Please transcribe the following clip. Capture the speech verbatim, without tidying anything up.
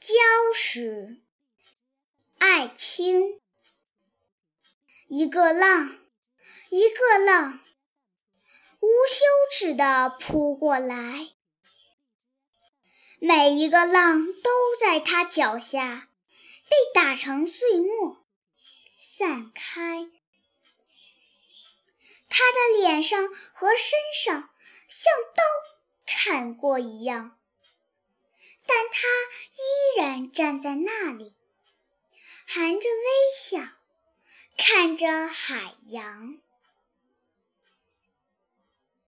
礁石，艾青。一个浪，一个浪，无休止地扑过来，每一个浪都在它脚下被打成碎末，散开。他的脸上和身上像刀砍过一样，但他依然站在那里，含着微笑，看着海洋。